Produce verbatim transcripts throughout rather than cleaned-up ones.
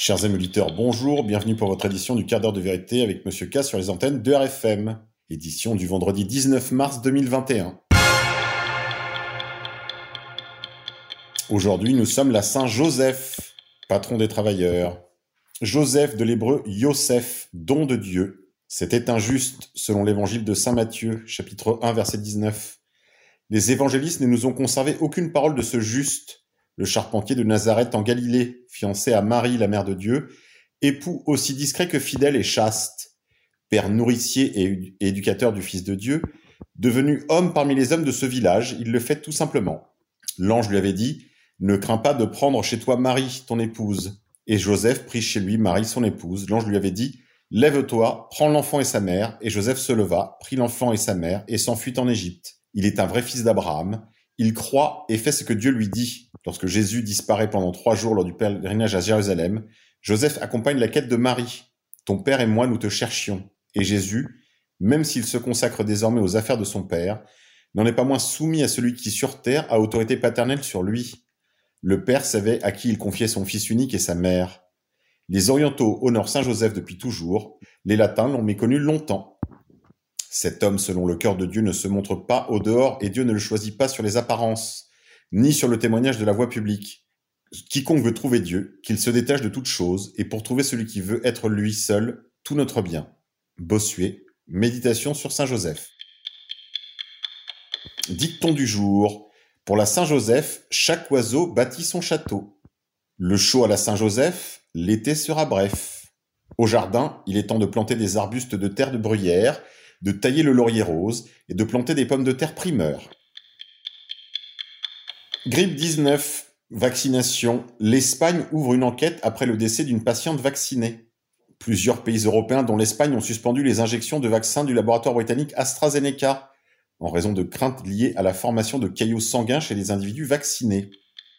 Chers amis auditeurs, bonjour, bienvenue pour votre édition du quart d'heure de vérité avec Monsieur K sur les antennes de R F M. Édition du vendredi dix-neuf mars deux mille vingt et un. Aujourd'hui, nous sommes la Saint-Joseph, patron des travailleurs. Joseph de l'hébreu Yosef, don de Dieu. C'était injuste, selon l'évangile de Saint Matthieu, chapitre un, verset dix-neuf. Les évangélistes ne nous ont conservé aucune parole de ce juste, le charpentier de Nazareth en Galilée, fiancé à Marie, la mère de Dieu, époux aussi discret que fidèle et chaste, père nourricier et éducateur du Fils de Dieu, devenu homme parmi les hommes de ce village, il le fait tout simplement. L'ange lui avait dit « Ne crains pas de prendre chez toi Marie, ton épouse ». Et Joseph prit chez lui Marie, son épouse. L'ange lui avait dit « Lève-toi, prends l'enfant et sa mère ». Et Joseph se leva, prit l'enfant et sa mère, et s'enfuit en Égypte. Il est un vrai fils d'Abraham. Il croit et fait ce que Dieu lui dit. Lorsque Jésus disparaît pendant trois jours lors du pèlerinage à Jérusalem, Joseph accompagne la quête de Marie. « Ton père et moi, nous te cherchions. » Et Jésus, même s'il se consacre désormais aux affaires de son père, n'en est pas moins soumis à celui qui, sur terre, a autorité paternelle sur lui. Le père savait à qui il confiait son fils unique et sa mère. Les orientaux honorent Saint Joseph depuis toujours, les latins l'ont méconnu longtemps. Cet homme, selon le cœur de Dieu, ne se montre pas au dehors et Dieu ne le choisit pas sur les apparences, ni sur le témoignage de la voie publique. Quiconque veut trouver Dieu, qu'il se détache de toute chose, et pour trouver celui qui veut être lui seul, tout notre bien. Bossuet, méditation sur Saint Joseph. Dicton du jour. Pour la Saint-Joseph, chaque oiseau bâtit son château. Le chaud à la Saint-Joseph, l'été sera bref. Au jardin, il est temps de planter des arbustes de terre de bruyère, de tailler le laurier rose et de planter des pommes de terre primeurs. Grippe dix-neuf, vaccination. L'Espagne ouvre une enquête après le décès d'une patiente vaccinée. Plusieurs pays européens, dont l'Espagne, ont suspendu les injections de vaccins du laboratoire britannique AstraZeneca, en raison de craintes liées à la formation de caillots sanguins chez les individus vaccinés.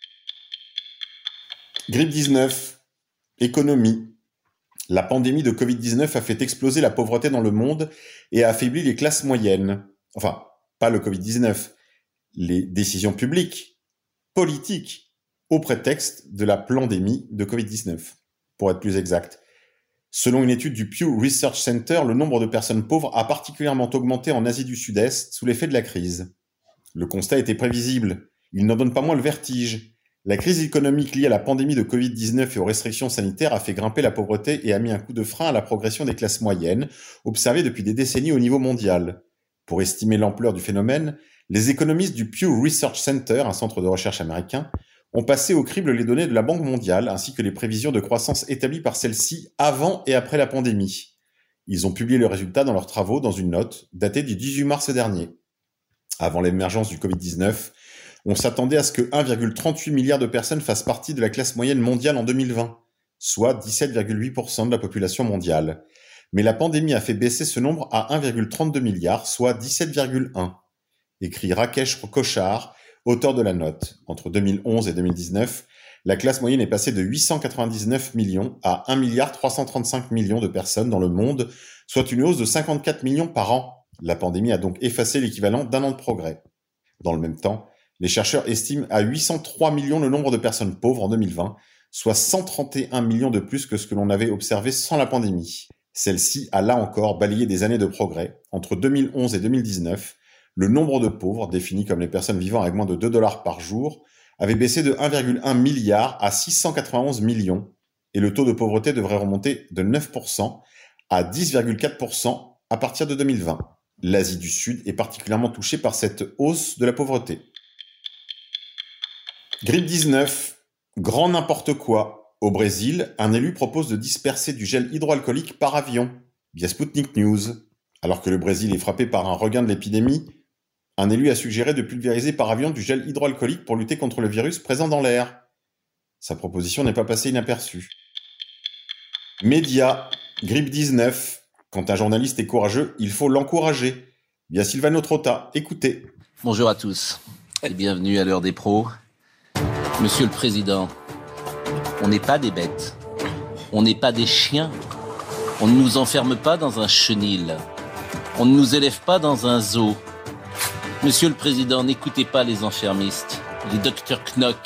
Grippe dix-neuf, économie. La pandémie de covid dix-neuf a fait exploser la pauvreté dans le monde et a affaibli les classes moyennes. Enfin, pas le covid dix-neuf, les décisions publiques, politiques, au prétexte de la pandémie de covid dix-neuf, pour être plus exact. Selon une étude du Pew Research Center, le nombre de personnes pauvres a particulièrement augmenté en Asie du Sud-Est sous l'effet de la crise. Le constat était prévisible. Il n'en donne pas moins le vertige. La crise économique liée à la pandémie de covid dix-neuf et aux restrictions sanitaires a fait grimper la pauvreté et a mis un coup de frein à la progression des classes moyennes, observée depuis des décennies au niveau mondial. Pour estimer l'ampleur du phénomène, les économistes du Pew Research Center, un centre de recherche américain, ont passé au crible les données de la Banque mondiale ainsi que les prévisions de croissance établies par celle-ci avant et après la pandémie. Ils ont publié le résultat dans leurs travaux dans une note datée du dix-huit mars dernier. Avant l'émergence du covid dix-neuf, on s'attendait à ce que un virgule trente-huit milliard de personnes fassent partie de la classe moyenne mondiale en deux mille vingt, soit dix-sept virgule huit pour cent de la population mondiale. Mais la pandémie a fait baisser ce nombre à un virgule trente-deux milliard, soit dix-sept virgule un. Écrit Rakesh Kochar, auteur de la note. Entre deux mille onze et deux mille dix-neuf, la classe moyenne est passée de huit cent quatre-vingt-dix-neuf millions à un milliard trois cent trente-cinq millions de personnes dans le monde, soit une hausse de cinquante-quatre millions par an. La pandémie a donc effacé l'équivalent d'un an de progrès. Dans le même temps, les chercheurs estiment à huit cent trois millions le nombre de personnes pauvres en deux mille vingt, soit cent trente et un millions de plus que ce que l'on avait observé sans la pandémie. Celle-ci a là encore balayé des années de progrès. Entre deux mille onze et deux mille dix-neuf, le nombre de pauvres, défini comme les personnes vivant avec moins de deux dollars par jour, avait baissé de un virgule un milliard à six cent quatre-vingt-onze millions, et le taux de pauvreté devrait remonter de neuf pour cent à dix virgule quatre pour cent à partir de deux mille vingt. L'Asie du Sud est particulièrement touchée par cette hausse de la pauvreté. Grippe dix-neuf, grand n'importe quoi. Au Brésil, un élu propose de disperser du gel hydroalcoolique par avion, via Sputnik News. Alors que le Brésil est frappé par un regain de l'épidémie, un élu a suggéré de pulvériser par avion du gel hydroalcoolique pour lutter contre le virus présent dans l'air. Sa proposition n'est pas passée inaperçue. Média, grippe dix-neuf. Quand un journaliste est courageux, il faut l'encourager. Via Silvano Trotta, écoutez. Bonjour à tous et bienvenue à l'heure des pros. Monsieur le Président, on n'est pas des bêtes, on n'est pas des chiens, on ne nous enferme pas dans un chenil, on ne nous élève pas dans un zoo. Monsieur le Président, n'écoutez pas les enfermistes, les docteurs Knock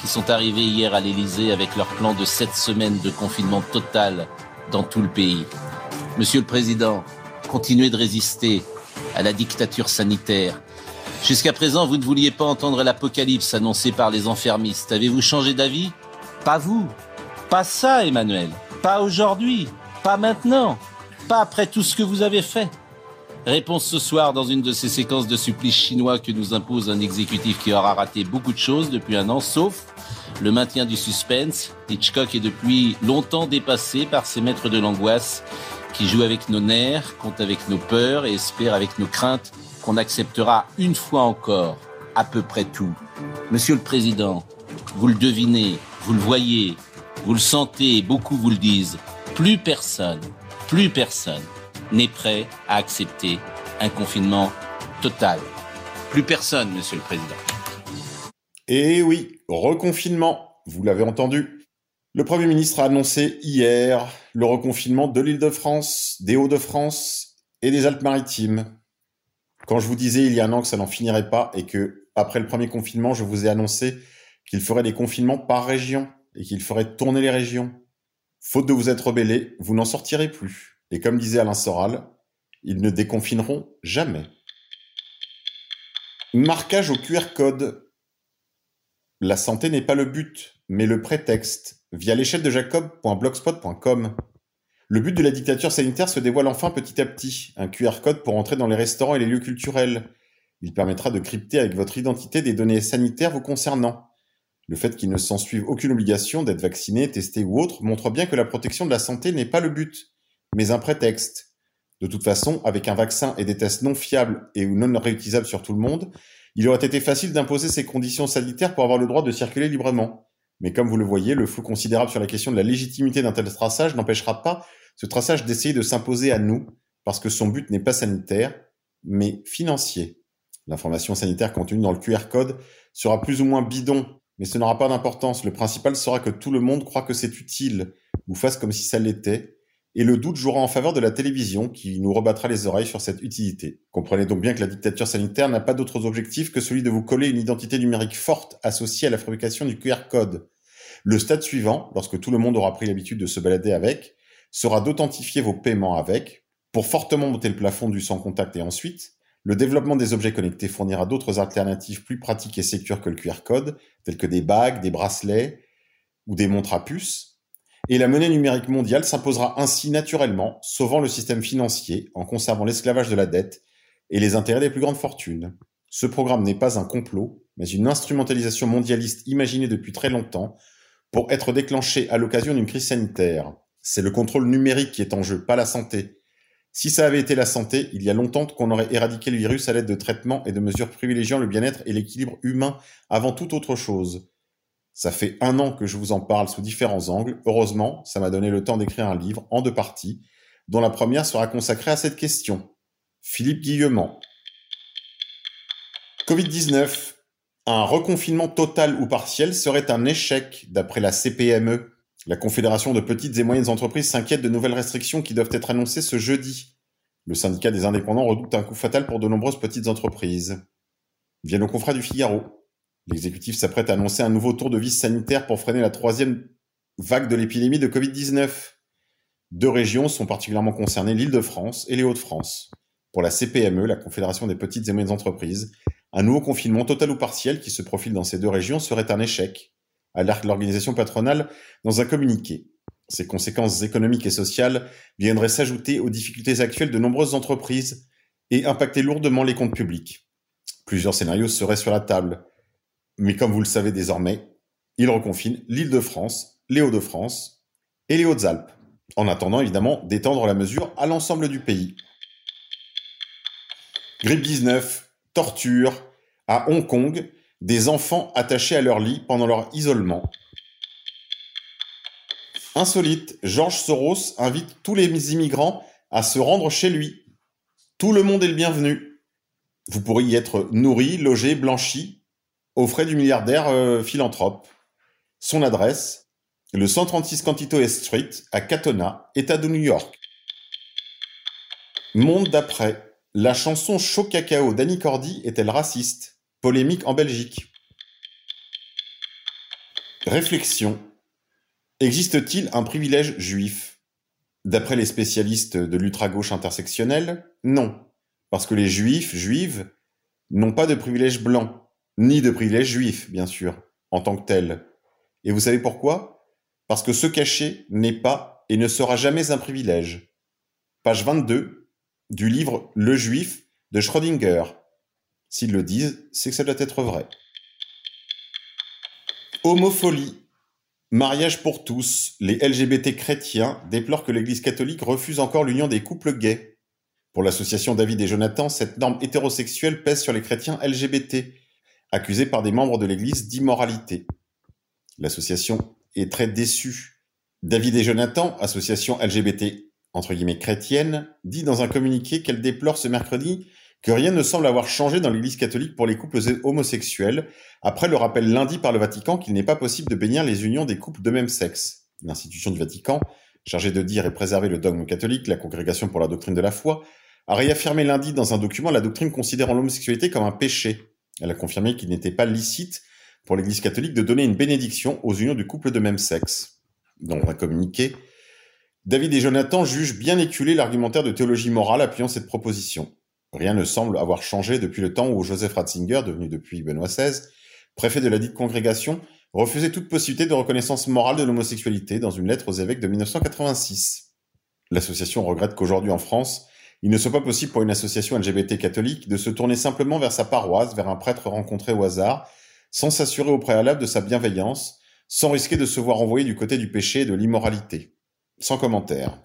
qui sont arrivés hier à l'Élysée avec leur plan de sept semaines de confinement total dans tout le pays. Monsieur le Président, continuez de résister à la dictature sanitaire. Jusqu'à présent, vous ne vouliez pas entendre l'apocalypse annoncée par les enfermistes. Avez-vous changé d'avis ? Pas vous. Pas ça, Emmanuel. Pas aujourd'hui. Pas maintenant. Pas après tout ce que vous avez fait. Réponse ce soir dans une de ces séquences de supplices chinois que nous impose un exécutif qui aura raté beaucoup de choses depuis un an, sauf le maintien du suspense. Hitchcock est depuis longtemps dépassé par ces maîtres de l'angoisse qui jouent avec nos nerfs, comptent avec nos peurs et espèrent avec nos craintes qu'on acceptera une fois encore à peu près tout. Monsieur le Président, vous le devinez, vous le voyez, vous le sentez, beaucoup vous le disent. Plus personne, plus personne n'est prêt à accepter un confinement total. Plus personne, Monsieur le Président. Et oui, reconfinement, vous l'avez entendu. Le Premier ministre a annoncé hier le reconfinement de l'Île-de-France, des Hauts-de-France et des Alpes-Maritimes. Quand je vous disais il y a un an que ça n'en finirait pas et que, après le premier confinement, je vous ai annoncé qu'il ferait des confinements par région et qu'il ferait tourner les régions. Faute de vous être rebellés, vous n'en sortirez plus. Et comme disait Alain Soral, ils ne déconfineront jamais. Marquage au Q R code. La santé n'est pas le but, mais le prétexte, via l'échelle de jacob point blogspot point com. Le but de la dictature sanitaire se dévoile enfin petit à petit. Un Q R code pour entrer dans les restaurants et les lieux culturels. Il permettra de crypter avec votre identité des données sanitaires vous concernant. Le fait qu'il ne s'ensuive aucune obligation d'être vacciné, testé ou autre montre bien que la protection de la santé n'est pas le but, mais un prétexte. De toute façon, avec un vaccin et des tests non fiables et ou non réutilisables sur tout le monde, il aurait été facile d'imposer ces conditions sanitaires pour avoir le droit de circuler librement. Mais comme vous le voyez, le flou considérable sur la question de la légitimité d'un tel traçage n'empêchera pas ce traçage d'essayer de s'imposer à nous, parce que son but n'est pas sanitaire, mais financier. L'information sanitaire contenue dans le Q R code sera plus ou moins bidon, mais ce n'aura pas d'importance. Le principal sera que tout le monde croit que c'est utile, ou fasse comme si ça l'était, et le doute jouera en faveur de la télévision qui nous rebattra les oreilles sur cette utilité. Comprenez donc bien que la dictature sanitaire n'a pas d'autres objectifs que celui de vous coller une identité numérique forte associée à la fabrication du Q R code. Le stade suivant, lorsque tout le monde aura pris l'habitude de se balader avec, sera d'authentifier vos paiements avec, pour fortement monter le plafond du sans contact, et ensuite, le développement des objets connectés fournira d'autres alternatives plus pratiques et sécures que le Q R code, telles que des bagues, des bracelets ou des montres à puce, et la monnaie numérique mondiale s'imposera ainsi naturellement, sauvant le système financier en conservant l'esclavage de la dette et les intérêts des plus grandes fortunes. Ce programme n'est pas un complot, mais une instrumentalisation mondialiste imaginée depuis très longtemps pour être déclenchée à l'occasion d'une crise sanitaire. C'est le contrôle numérique qui est en jeu, pas la santé. Si ça avait été la santé, il y a longtemps qu'on aurait éradiqué le virus à l'aide de traitements et de mesures privilégiant le bien-être et l'équilibre humain avant toute autre chose. Ça fait un an que je vous en parle sous différents angles. Heureusement, ça m'a donné le temps d'écrire un livre en deux parties, dont la première sera consacrée à cette question. Philippe Guillemant. covid dix-neuf. Un reconfinement total ou partiel serait un échec, d'après la C P M E. La Confédération de petites et moyennes entreprises s'inquiète de nouvelles restrictions qui doivent être annoncées ce jeudi. Le syndicat des indépendants redoute un coup fatal pour de nombreuses petites entreprises. Vient nos confrères du Figaro. L'exécutif s'apprête à annoncer un nouveau tour de vis sanitaire pour freiner la troisième vague de l'épidémie de covid dix-neuf. Deux régions sont particulièrement concernées, l'Île-de-France et les Hauts-de-France. Pour la C P M E, la Confédération des petites et moyennes entreprises, un nouveau confinement total ou partiel qui se profile dans ces deux régions serait un échec, alerte l'organisation patronale dans un communiqué. Ces conséquences économiques et sociales viendraient s'ajouter aux difficultés actuelles de nombreuses entreprises et impacter lourdement les comptes publics. Plusieurs scénarios seraient sur la table. Mais comme vous le savez désormais, il reconfine l'Île-de-France, les Hauts-de-France et les Hautes-Alpes, en attendant évidemment d'étendre la mesure à l'ensemble du pays. Grippe dix-neuf, torture, à Hong Kong, des enfants attachés à leur lit pendant leur isolement. Insolite, George Soros invite tous les immigrants à se rendre chez lui. Tout le monde est le bienvenu. Vous pourrez y être nourri, logé, blanchi, aux frais du milliardaire euh, philanthrope. Son adresse, le cent trente-six Cantito Street, à Katona, État de New York. Monde d'après. La chanson Chaud Cacao d'Annie Cordy est-elle raciste ? Polémique en Belgique. Réflexion. Existe-t-il un privilège juif ? D'après les spécialistes de l'ultra-gauche intersectionnelle, non. Parce que les juifs, juives, n'ont pas de privilège blanc, ni de privilège juif, bien sûr, en tant que tel. Et vous savez pourquoi ? Parce que se cacher n'est pas et ne sera jamais un privilège. Page vingt-deux du livre Le Juif de Schrödinger. S'ils le disent, c'est que ça doit être vrai. Homophobie. Mariage pour tous. Les L G B T chrétiens déplorent que l'Église catholique refuse encore l'union des couples gays. Pour l'association David et Jonathan, cette norme hétérosexuelle pèse sur les chrétiens L G B T, accusés par des membres de l'Église d'immoralité. L'association est très déçue. David et Jonathan, association L G B T entre guillemets chrétienne, dit dans un communiqué qu'elle déplore ce mercredi que rien ne semble avoir changé dans l'Église catholique pour les couples homosexuels, après le rappel lundi par le Vatican qu'il n'est pas possible de bénir les unions des couples de même sexe. L'institution du Vatican, chargée de dire et préserver le dogme catholique, la Congrégation pour la doctrine de la foi, a réaffirmé lundi dans un document la doctrine considérant l'homosexualité comme un péché. Elle a confirmé qu'il n'était pas licite pour l'Église catholique de donner une bénédiction aux unions du couple de même sexe. Dans un communiqué, David et Jonathan jugent bien éculé l'argumentaire de théologie morale appuyant cette proposition. Rien ne semble avoir changé depuis le temps où Joseph Ratzinger, devenu depuis Benoît seize, préfet de la dite congrégation, refusait toute possibilité de reconnaissance morale de l'homosexualité dans une lettre aux évêques de dix-neuf cent quatre-vingt-six. L'association regrette qu'aujourd'hui en France, il ne soit pas possible pour une association L G B T catholique de se tourner simplement vers sa paroisse, vers un prêtre rencontré au hasard, sans s'assurer au préalable de sa bienveillance, sans risquer de se voir envoyer du côté du péché et de l'immoralité. Sans commentaire.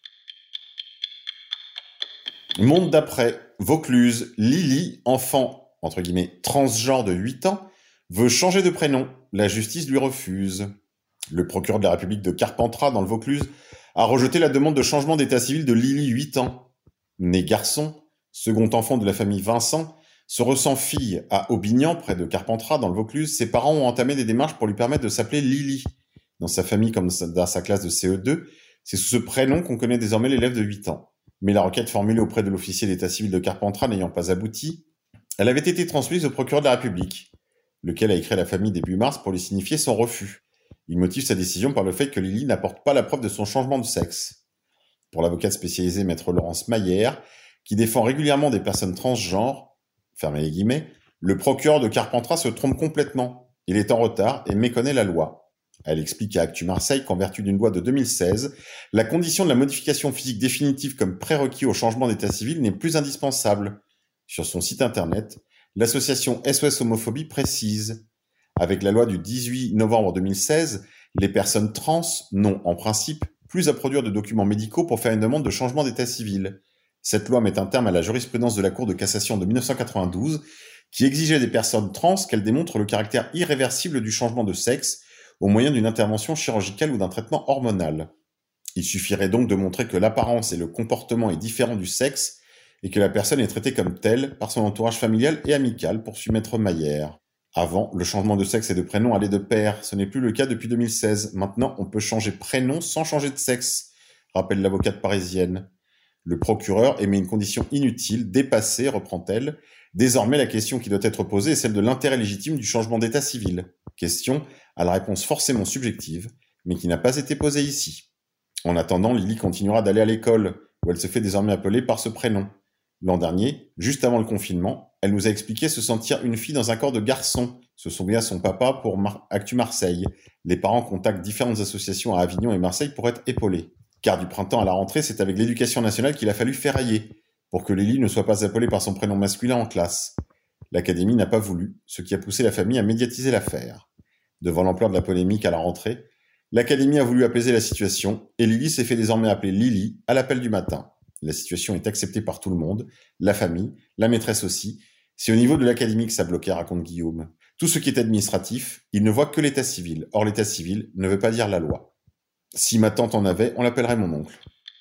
Monde d'après. Vaucluse. Lily, enfant, entre guillemets, transgenre de huit ans, veut changer de prénom. La justice lui refuse. Le procureur de la République de Carpentras, dans le Vaucluse, a rejeté la demande de changement d'état civil de Lily, huit ans. Né garçon, second enfant de la famille Vincent, se ressent fille à Aubignan, près de Carpentras, dans le Vaucluse, ses parents ont entamé des démarches pour lui permettre de s'appeler Lily. Dans sa famille comme dans sa classe de C E deux, c'est sous ce prénom qu'on connaît désormais l'élève de huit ans. Mais la requête formulée auprès de l'officier d'état civil de Carpentras n'ayant pas abouti, elle avait été transmise au procureur de la République, lequel a écrit à la famille début mars pour lui signifier son refus. Il motive sa décision par le fait que Lily n'apporte pas la preuve de son changement de sexe. Pour l'avocate spécialisée maître Laurence Mayer, qui défend régulièrement des personnes transgenres, fermez les guillemets, le procureur de Carpentras se trompe complètement. Il est en retard et méconnaît la loi. Elle explique à Actu Marseille qu'en vertu d'une loi de deux mille seize, la condition de la modification physique définitive comme prérequis au changement d'état civil n'est plus indispensable. Sur son site internet, l'association S O S Homophobie précise « Avec la loi du dix-huit novembre deux mille seize, les personnes trans n'ont, en principe, plus à produire de documents médicaux pour faire une demande de changement d'état civil. Cette loi met un terme à la jurisprudence de la Cour de cassation de mille neuf cent quatre-vingt-douze qui exigeait des personnes trans qu'elles démontrent le caractère irréversible du changement de sexe au moyen d'une intervention chirurgicale ou d'un traitement hormonal. Il suffirait donc de montrer que l'apparence et le comportement est différent du sexe et que la personne est traitée comme telle par son entourage familial et amical, poursuit Maître Mayer. Avant, le changement de sexe et de prénom allait de pair. Ce n'est plus le cas depuis deux mille seize. Maintenant, on peut changer prénom sans changer de sexe, rappelle l'avocate parisienne. Le procureur émet une condition inutile, dépassée, reprend-elle. Désormais, la question qui doit être posée est celle de l'intérêt légitime du changement d'état civil. Question à la réponse forcément subjective, mais qui n'a pas été posée ici. En attendant, Lily continuera d'aller à l'école, où elle se fait désormais appeler par ce prénom. L'an dernier, juste avant le confinement, elle nous a expliqué se sentir une fille dans un corps de garçon. Se souvient son papa pour Mar- Actu Marseille. Les parents contactent différentes associations à Avignon et Marseille pour être épaulés. Car du printemps à la rentrée, c'est avec l'éducation nationale qu'il a fallu ferrailler, pour que Lily ne soit pas appelée par son prénom masculin en classe. L'académie n'a pas voulu, ce qui a poussé la famille à médiatiser l'affaire. Devant l'ampleur de la polémique à la rentrée, l'académie a voulu apaiser la situation et Lily s'est fait désormais appeler Lily à l'appel du matin. La situation est acceptée par tout le monde, la famille, la maîtresse aussi. C'est au niveau de l'académie que ça bloquait, raconte Guillaume. Tout ce qui est administratif, il ne voit que l'état civil. Or, l'état civil ne veut pas dire la loi. Si ma tante en avait, on l'appellerait mon oncle.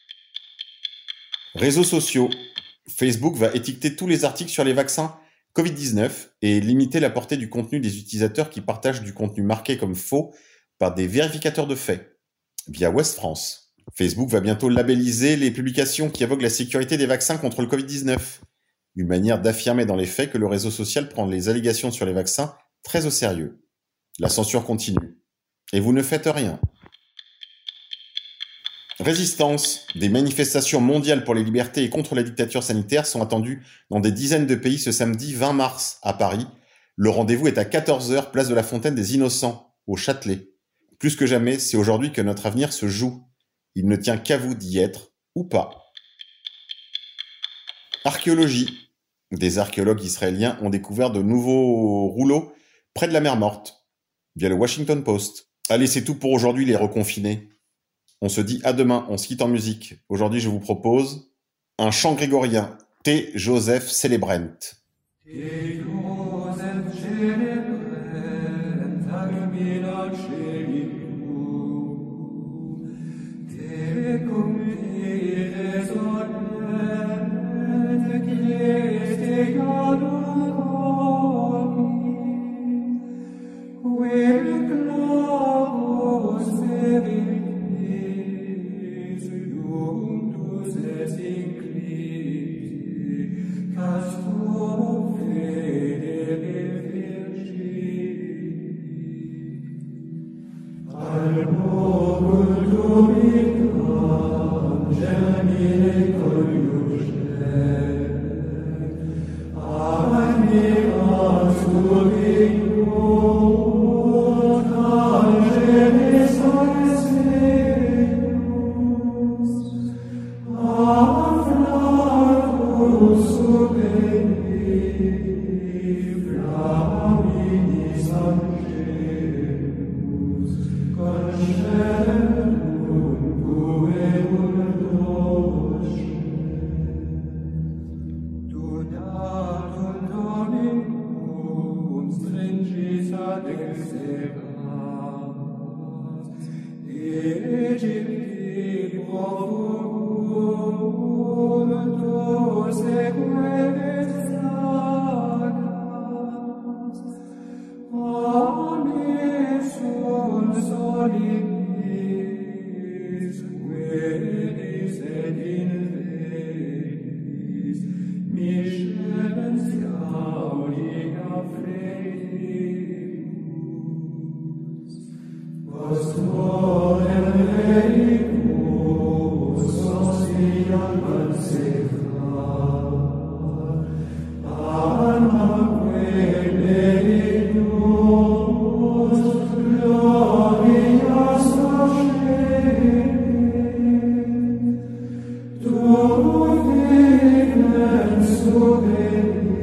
Réseaux sociaux. Facebook va étiqueter tous les articles sur les vaccins covid dix-neuf et limiter la portée du contenu des utilisateurs qui partagent du contenu marqué comme faux par des vérificateurs de faits, via Ouest France. Facebook va bientôt labelliser les publications qui évoquent la sécurité des vaccins contre le covid dix-neuf, une manière d'affirmer dans les faits que le réseau social prend les allégations sur les vaccins très au sérieux. La censure continue. Et vous ne faites rien. Résistance. Des manifestations mondiales pour les libertés et contre la dictature sanitaire sont attendues dans des dizaines de pays ce samedi vingt mars à Paris. Le rendez-vous est à quatorze heures, place de la Fontaine des Innocents, au Châtelet. Plus que jamais, c'est aujourd'hui que notre avenir se joue. Il ne tient qu'à vous d'y être, ou pas. Archéologie. Des archéologues israéliens ont découvert de nouveaux rouleaux près de la mer Morte, via le Washington Post. Allez, c'est tout pour aujourd'hui, les reconfinés. On se dit à demain, on se quitte en musique. Aujourd'hui, je vous propose un chant grégorien, T. Joseph Celebrent. T. Joseph Celebrent, Almina Celiu, Te cum Te resolent, Christe Gadum comi, quel clavos verit, Tu